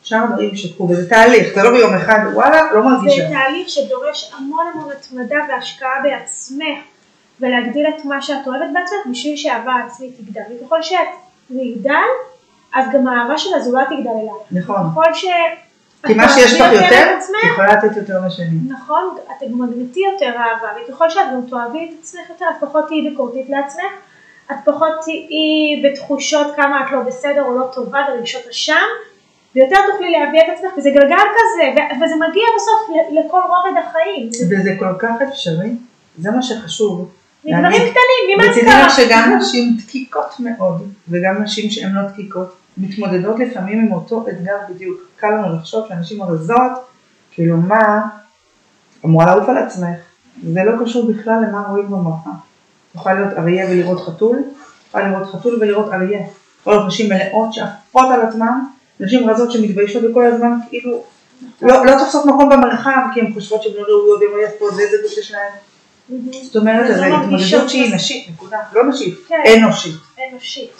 שאר הדברים ישתקו, וזה תהליך, זה לא ביום אחד, וואלה, לא מרגישה. זה תהליך שדורש המון התמדה והשקעה בעצמך, ולהגדיל את מה שאת אוהבת בעצמך, בשביל שהאהבה העצמית תגדל. וככל שאת תגדל, אז גם האהבה של הזולת תגדל אלייך. נכון. ככל כי מה שיש לך יותר, את יכולה לתת יותר לשני. נכון, את מגנטי יותר אהבה, וככל שאת גם תאהבי את עצמך יותר, את פחות תהיי ביקורתית לעצמך, את פחות תהיי בתחושות כמה את לא בסדר או לא טובה ברגשות אשם, ויותר תוכלי להביא את עצמך, וזה גלגל כזה, וזה מגיע בסוף לכל רובד החיים. וזה כל כך אפשרי, זה מה שחשוב. מדברים קטנים, ממה ותדעי לך שגם נשים דקיקות מאוד, וגם נשים שהן לא דקיקות, מתמודדות לפעמים עם אותו אתגר בדיוק. קל לנו לחשוב שאנשים הרזות, כאילו מה, אמורה לעוף על עצמך, זה לא קשור בכלל למה רואים במראה. יכולה להיות אריה ולראות חתול, יכולה לראות חתול ולראות אריה. יכול להיות נשים מלאות שעפות על עצמן, נשים רזות שמתביישות וכל הזמן כאילו לא תופסות מקום במרחב, כי הן חושבות שהן לא ראויות והן לא יפות, ואיזה גוף יש להן. זאת אומרת, זה התמודדות שהיא נשית, נקודה, לא נשית, אנושית. אנושית.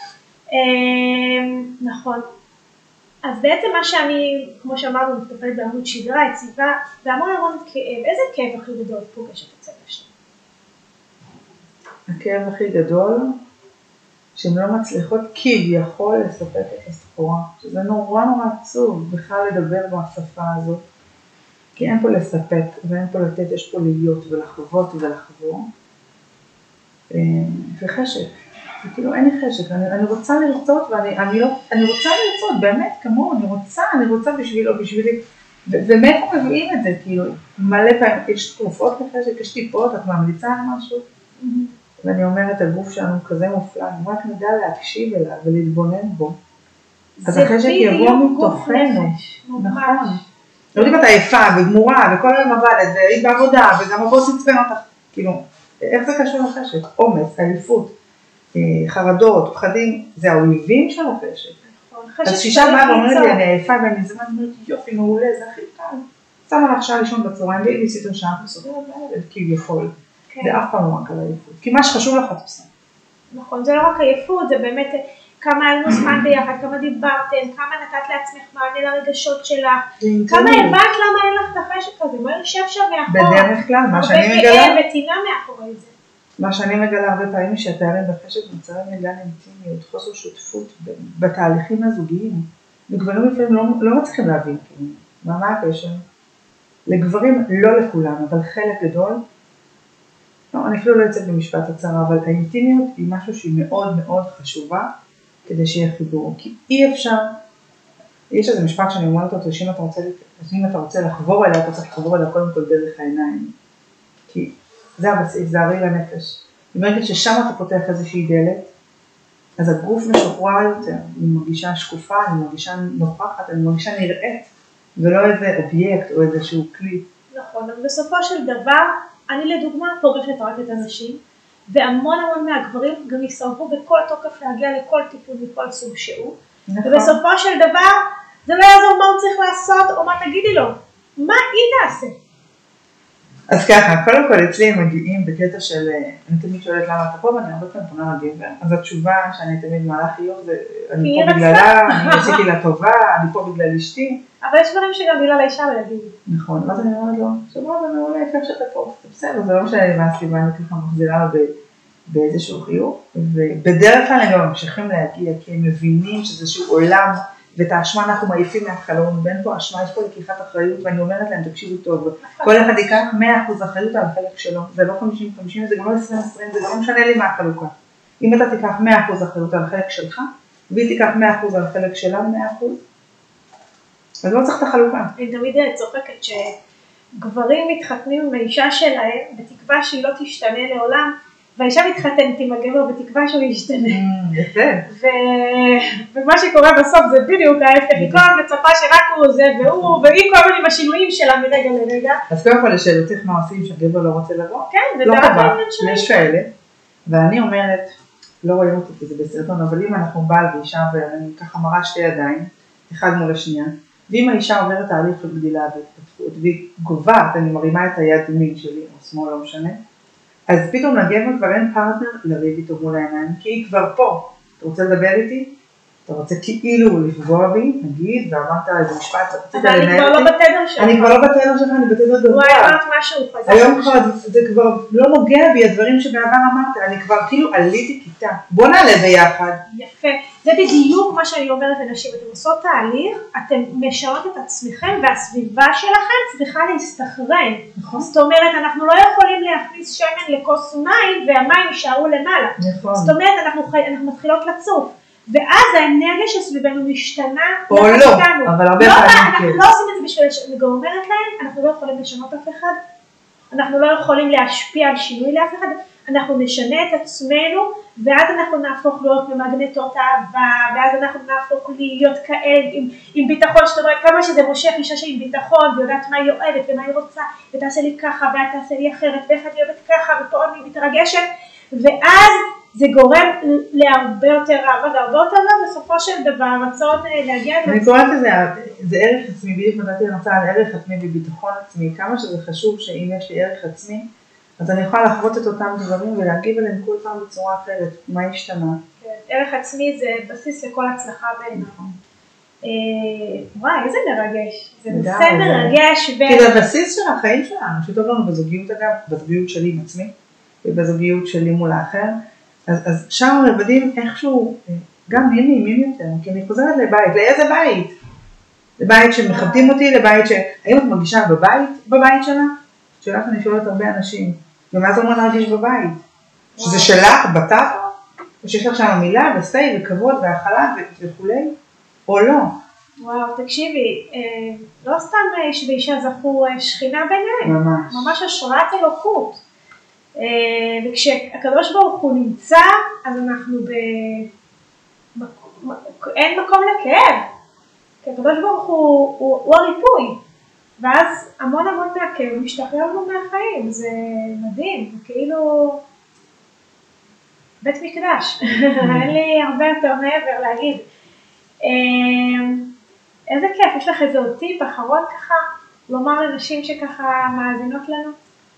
נכון. אז בעצם מה שאני, כמו שאמרנו, מטפלת בעמוד שגרה, יציבה, והמון כאב. איזה כאב הכי גדול פוגשת אצל השני? הכאב הכי גדול, שהן לא מצליחות כביכול לספק את הסחורה, שזה נורא עצוב בכלל לדבר בשפה הזאת, כי אין פה לספק ואין פה לתת, יש פה להיות ולחוות ולחבור, וחשק, וכאילו אין לי חשק, אני רוצה לרצות ואני רוצה לרצות באמת כמו, אני רוצה בשבילי, ומאיפה מביאים את זה, כאילו מלא פעמים, יש תרופות לחשק, יש טיפות, את ממליצה על משהו, ואני אומרת, הגוף שלנו כזה מופלא, אם רק נדע להקשיב אליו ולהתבונן בו, אז החשק יבוא מתוכנו, נכון. לא יודעת אם אתה עייפה וגמורה וכל היום עבדת והיית בעבודה וגם הבוס יצפן אותך, כאילו, איך זה קשור לחשק? עומס, עייפות, חרדות, פחדים, זה האויבים של החשק. אז שישה באה ואומרת לי, אני עייפה ואני זמן, אומרת, יופי, מעולה, זה הכי קל. שמה לך שעה לישון בצהריים, והיא ניסית שעה וסוגרת בערב, כביכול. זה אף פעם לא רק על עייפות, כי מה שחשוב לך את עושה. נכון, זה לא רק עייפות, זה באמת כמה היינו זמן ביחד, כמה דיברתם, כמה נתת לעצמך מענה לרגשות שלך, כמה הבנת למה אין לך את החשק הזה, מה יושב שם מאחור. בדרך כלל, מה שאני מגלה, הרבה כאב וטינה מאחורי זה. מה שאני מגלה הרבה פעמים שהפערים בחשק נוצרים בגלל אינטימיות, חוסר שותפות בתהליכים הזוגיים, וגברים לפעמים לא מצליחים להבין, מה הקשר? לגברים, לא לכולם, אבל חלק גדול, לא, אני אפילו לא יוצאת במשפט הצהרה, אבל האינטימיות היא משהו שהיא מאוד מאוד חשובה, כדי שיהיה חיבור, כי אי אפשר, יש איזה משפט שאני אומרת אותו, שאם אתה רוצה לחבור אליה, אתה צריך לחבור אליה קודם כל דרך העיניים, כי זה הבסיס, זה הרי לנפש. ברגע ששם אתה פותח איזושהי דלת, אז הגוף משוחרר יותר, אני מרגישה שקופה, אני מרגישה נוכחת, אני מרגישה נראית, ולא איזה אובייקט או איזשהו כלי. נכון, אבל בסופו של דבר, אני לדוגמה פוגשת רק את הנשים, והמון מהגברים גם יסרבו בכל תוקף להגיע לכל טיפול מכל סוג שהוא, נכון. ובסופו של דבר, זה לא יעזור מה הוא צריך לעשות, או מה תגידי לו, מה היא תעשה? אז ככה, קודם כל אצלי הם מגיעים בקטע של, אני תמיד שואלת למה אתה פה, ואני הרבה פעמים פונה לגבר, אז התשובה שאני תמיד מעלה חיוך זה, אני פה בגללה, אני עשיתי לה טובה, אני פה בגלל אשתי. אבל יש דברים שגם בגלל האישה ולהגיד. נכון, ואז אני אומרת לו, שבוע זה מעולה, כיף שאתה פה, זה בסדר, זה לא משנה מה הסיבה, אני ככה מחזירה לו באיזשהו חיוך, ובדרך כלל הם גם ממשיכים להגיע, כי הם מבינים שזה איזשהו עולם, ואת האשמה אנחנו מעיפים מהחלום, בין פה אשמה, יש פה לקיחת אחריות, ואני אומרת להם, תקשיבו טוב, כל אחד ייקח 100% אחריות על החלק שלו, זה לא 50-50, זה גם לא 20-20, זה גם לא משנה לי מה החלוקה. אם אתה תיקח 100% אחריות על החלק שלך, והיא תיקח 100% על החלק שלה, 100%, אז לא צריך את החלוקה. אני תמיד צוחקת שגברים מתחתנים עם האישה שלהם, בתקווה שהיא לא תשתנה לעולם, והאישה מתחתנת עם הגבר בתקווה שהוא ישתנה. יפה. ומה שקורה בסוף זה בדיוק ההפך, היא כל מצפה שרק הוא זה והוא, והיא כל מיני בשינויים שלה מרגע לרגע. אז קודם כל לשאלותיך מה עושים שהגבר לא רוצה לבוא? כן, וזה רק העניין שלי. יש כאלה, ואני אומרת, לא רואים אותי כי זה בסרטון, אבל אם אנחנו בעל ואישה ואני ככה מראה שתי ידיים, אחד מול השנייה, ואם האישה עוברת תהליך של גדילה והתפתחות, והיא גובעת, אני מרימה את היד ימין שלי, או שמאל, לא משנה, אז פתאום לגבר כבר אין פרטנר לריב איתו מול העיניים, כי היא כבר פה. אתה רוצה לדבר איתי? אתה רוצה כאילו לפגוע בי, נגיד, ואמרת איזה משפט, אבל אני כבר לא בתדר שלך. אני כבר לא בתדר שלך, אני בתדר גבוה. וואי, אמרת משהו חזק. היום כבר, זה כבר לא נוגע בי, הדברים שבעבר אמרת, אני כבר כאילו עליתי כיתה. בוא נעלה ביחד. יפה. זה בדיוק מה שאני אומרת לנשים. אתם עושות תהליך, אתם משנות את עצמכם, והסביבה שלכם צריכה להסתכרן. נכון. זאת אומרת, אנחנו לא יכולים להכניס שמן לכוס מים, והמים יישארו למעלה. נכון. זאת אומרת, אנחנו מתחילות לצוף. ואז האנרגיה שסביבנו משתנה. או לא, אבל הרבה פעמים אנחנו לא עושים את זה בשביל, אני גם אומרת להם, אנחנו לא יכולים לשנות אף אחד, אנחנו לא יכולים להשפיע על שינוי לאף אחד, אנחנו נשנה את עצמנו, ואז אנחנו נהפוך להיות ממגנטות אהבה, ואז אנחנו נהפוך להיות כאלה עם ביטחון, זאת אומרת, כמה שזה מושך אישה שהיא עם ביטחון, ויודעת מה היא אוהבת ומה היא רוצה, ותעשה לי ככה, ואת תעשה לי אחרת, ואיך אני אוהבת ככה, ופה אני מתרגשת, ואז זה גורם להרבה יותר אהבה, והרבה יותר אהבה בסופו של דבר, רצון להגיע... אני קוראת לזה, זה ערך עצמי, בדיוק נתתי למצא על ערך עצמי וביטחון עצמי, כמה שזה חשוב שאם יש לי ערך עצמי, אז אני יכולה לחוות את אותם דברים ולהגיב עליהם כל פעם בצורה אחרת, מה השתנה. כן, ערך עצמי זה בסיס לכל הצלחה בעיניי. וואי, איזה מרגש, זה נושא מרגש. כי זה הבסיס של החיים שלנו, שטוב לנו בזוגיות אגב, בזוגיות שלי עם עצמי, ובזוגיות שלי מול האחר, אז שם רבדים איכשהו, גם מי נעימים יותר, כי אני חוזרת לבית, לאיזה בית? לבית שמכבדים אותי, לבית האם את מרגישה בבית שלה? שאלה שאני שואלת הרבה אנשים, ומה זה אומר להרגיש בבית? שזה שלך, בתך, או שיש לך שם מילה וסי וכבוד והאכלה וכולי, או לא? וואו, תקשיבי, לא סתם איש ואישה זכו שכינה ביניהם, ממש השראת אלוקות. וכשהקדוש ברוך הוא נמצא, אז אנחנו אין מקום לכאב, כי הקדוש ברוך הוא הריפוי, ואז המון מהכאב משתחרר לנו מהחיים, זה מדהים, כאילו בית מקדש, אין לי הרבה יותר מעבר להגיד. איזה כיף, יש לך איזה עוד טיפ אחרון ככה, לומר לנשים שככה מאזינות לנו?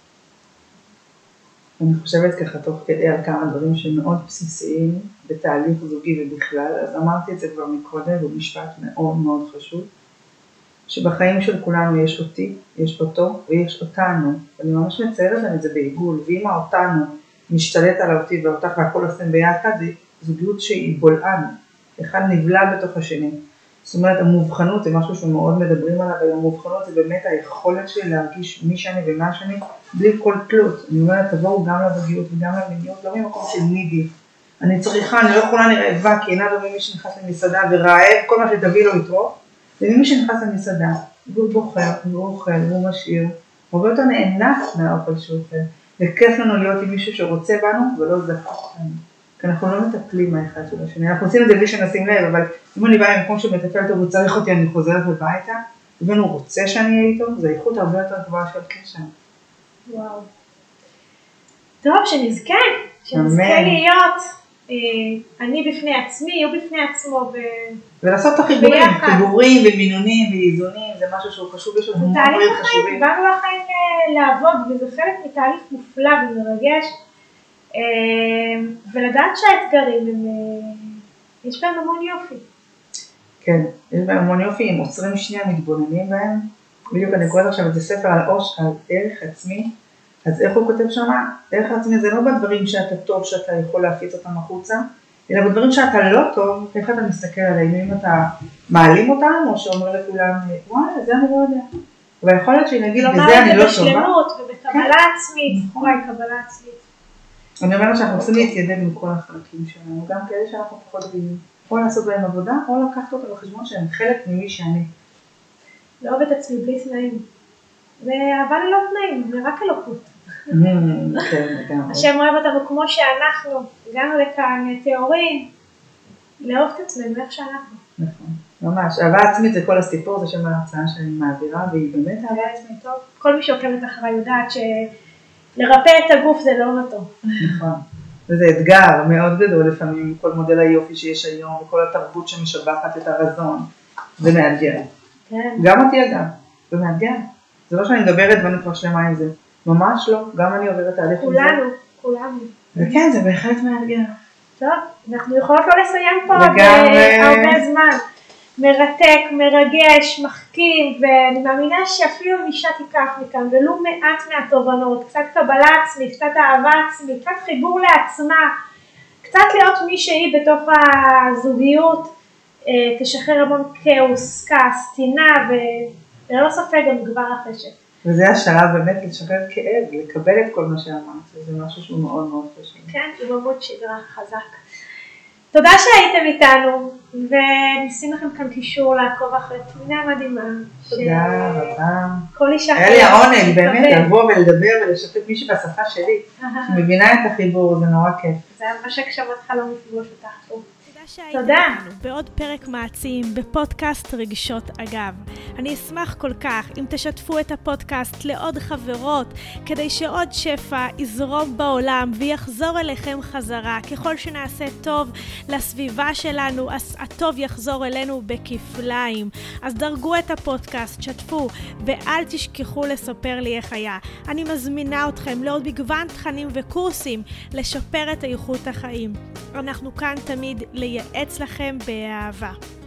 אני חושבת ככה תוך כדי על כמה דברים שמאוד בסיסיים בתהליך זוגי ובכלל, אז אמרתי את זה כבר מקודם, הוא משפט מאוד מאוד חשוב, שבחיים של כולנו יש אותי, יש אותו ויש אותנו, ואני ממש מציירת על זה בעיגול, ואם אותנו משתלט על אותי ואותך והכל עושים ביחד, זה זוגיות שהיא בולען, אחד נבלע בתוך השני. זאת אומרת, המובחנות זה משהו שמאוד מדברים עליו, והמובחנות זה באמת היכולת שלי להרגיש מי שאני ומה שאני, בלי כל תלות. אני אומרת, תבואו גם לבגיות וגם למיניות, לא ממקום של נידי. אני צריכה, אני לא יכולה נרעבה, כי אינה לא ממי שנכנס למסעדה ורעב, כל מה שתביא לו יתרו, זה ממי שנכנס למסעדה, והוא בוחר, והוא אוכל, והוא משאיר, הרבה יותר נהנה מהאוכל שהוא אוכל. וכיף לנו להיות עם מישהו שרוצה בנו ולא זקוק לנו. כי אנחנו לא מטפלים מהאחד של השני, אנחנו עושים את זה בלי שנשים לב, אבל אם אני באה במקום שמטפל אותו והוא צריך אותי, אני חוזרת הביתה, ואם הוא רוצה שאני אהיה איתו, זה איכות הרבה יותר גבוהה של קשר. וואו. טוב, שנזכה להיות, אני בפני עצמי, הוא בפני עצמו, ולעשות את החיבורים, חיבורים ומינונים ואיזונים, זה משהו שהוא חשוב, יש לנו המון דברים חשובים. באנו לחיים לעבוד, וזה חלק מתהליך מופלא ומרגש, ולדעת שהאתגרים יש בהם המון יופי. כן, יש בהם המון יופי, הם עוצרים שנייה, מתבוננים בהם. בדיוק אני קוראת עכשיו את הספר על ערך עצמי, אז איך הוא כותב שם? ערך עצמי זה לא בדברים שאתה טוב, שאתה יכול להפיץ אותם החוצה, אלא בדברים שאתה לא טוב, איך אתה מסתכל עליהם, אם אתה מעלים אותם, או שאומר לכולם, וואי, זה אני לא יודע. ויכול להיות שנגיד, בזה אני לא טובה. בשלמות ובקבלה עצמית, וואי, קבלה עצמית. אני אומרת שאנחנו צריכים להתיידד עם כל החלקים שלנו, גם כאלה שאנחנו פחות רגילים, או לעשות בהם עבודה, או לקחת אותם בחשבון שהם חלק ממי שאני. לאהוב את עצמי בלי תנאים. זה אהבה ללא תנאים, זה רק אלוקות. כן, לגמרי. השם אוהב אותנו כמו שאנחנו, הגענו לכאן טהורים, לאהוב את עצמנו איך שאנחנו. נכון, ממש. אהבה עצמית זה כל הסיפור, זה שם ההרצאה שאני מעבירה, והיא באמת אהבה עצמית טוב. כל מי שעוקבת אחרי יודעת שלרפא את הגוף זה לא טוב. נכון. וזה אתגר מאוד גדול לפעמים, כל מודל היופי שיש היום, וכל התרבות שמשבחת את הרזון, זה מאתגר. כן. גם אותי אגב, זה מאתגר. זה לא שאני מדברת ואני כבר שלמה עם זה. ממש לא, גם אני עוברת תהליך עם זה. כולנו. וכן, זה בהחלט מאתגר. טוב, אנחנו יכולות לא לסיים פה הרבה זמן. מרתק, מרגש, מחכים, ואני מאמינה שאפילו אם אישה תיקח מכאן, ולו מעט מהתובנות, קצת קבלה עצמית, קצת אהבה עצמית, קצת חיבור לעצמה, קצת להיות מי שהיא בתוך הזוגיות, תשחרר המון כאוס, כעס, טינה, וללא ספק גם כבר החשק. וזה השלב באמת לשחרר כאב, לקבל את כל מה שאמרת, זה משהו שהוא מאוד מאוד חשוב. כן, זה עמוד שדרה חזק. תודה שהייתם איתנו, ונשים לכם כאן קישור לעקוב אחרי תמונה מדהימה. תודה רבה. כל אישה היה לי העונג באמת לבוא ולדבר ולשתף מישהי בשפה שלי, שמבינה את החיבור, זה נורא כיף. זה היה ממש הגשמת חלום לפגוש אותך פה. תודה. בעוד פרק מעצים בפודקאסט רגשות אגב. אני אשמח כל כך אם תשתפו את הפודקאסט לעוד חברות, כדי שעוד שפע יזרום בעולם ויחזור אליכם חזרה. ככל שנעשה טוב לסביבה שלנו, אז הטוב יחזור אלינו בכפליים. אז דרגו את הפודקאסט, שתפו, ואל תשכחו לספר לי איך היה. אני מזמינה אתכם לעוד מגוון תכנים וקורסים לשפר את איכות החיים. אנחנו כאן תמיד לייעץ לכם באהבה.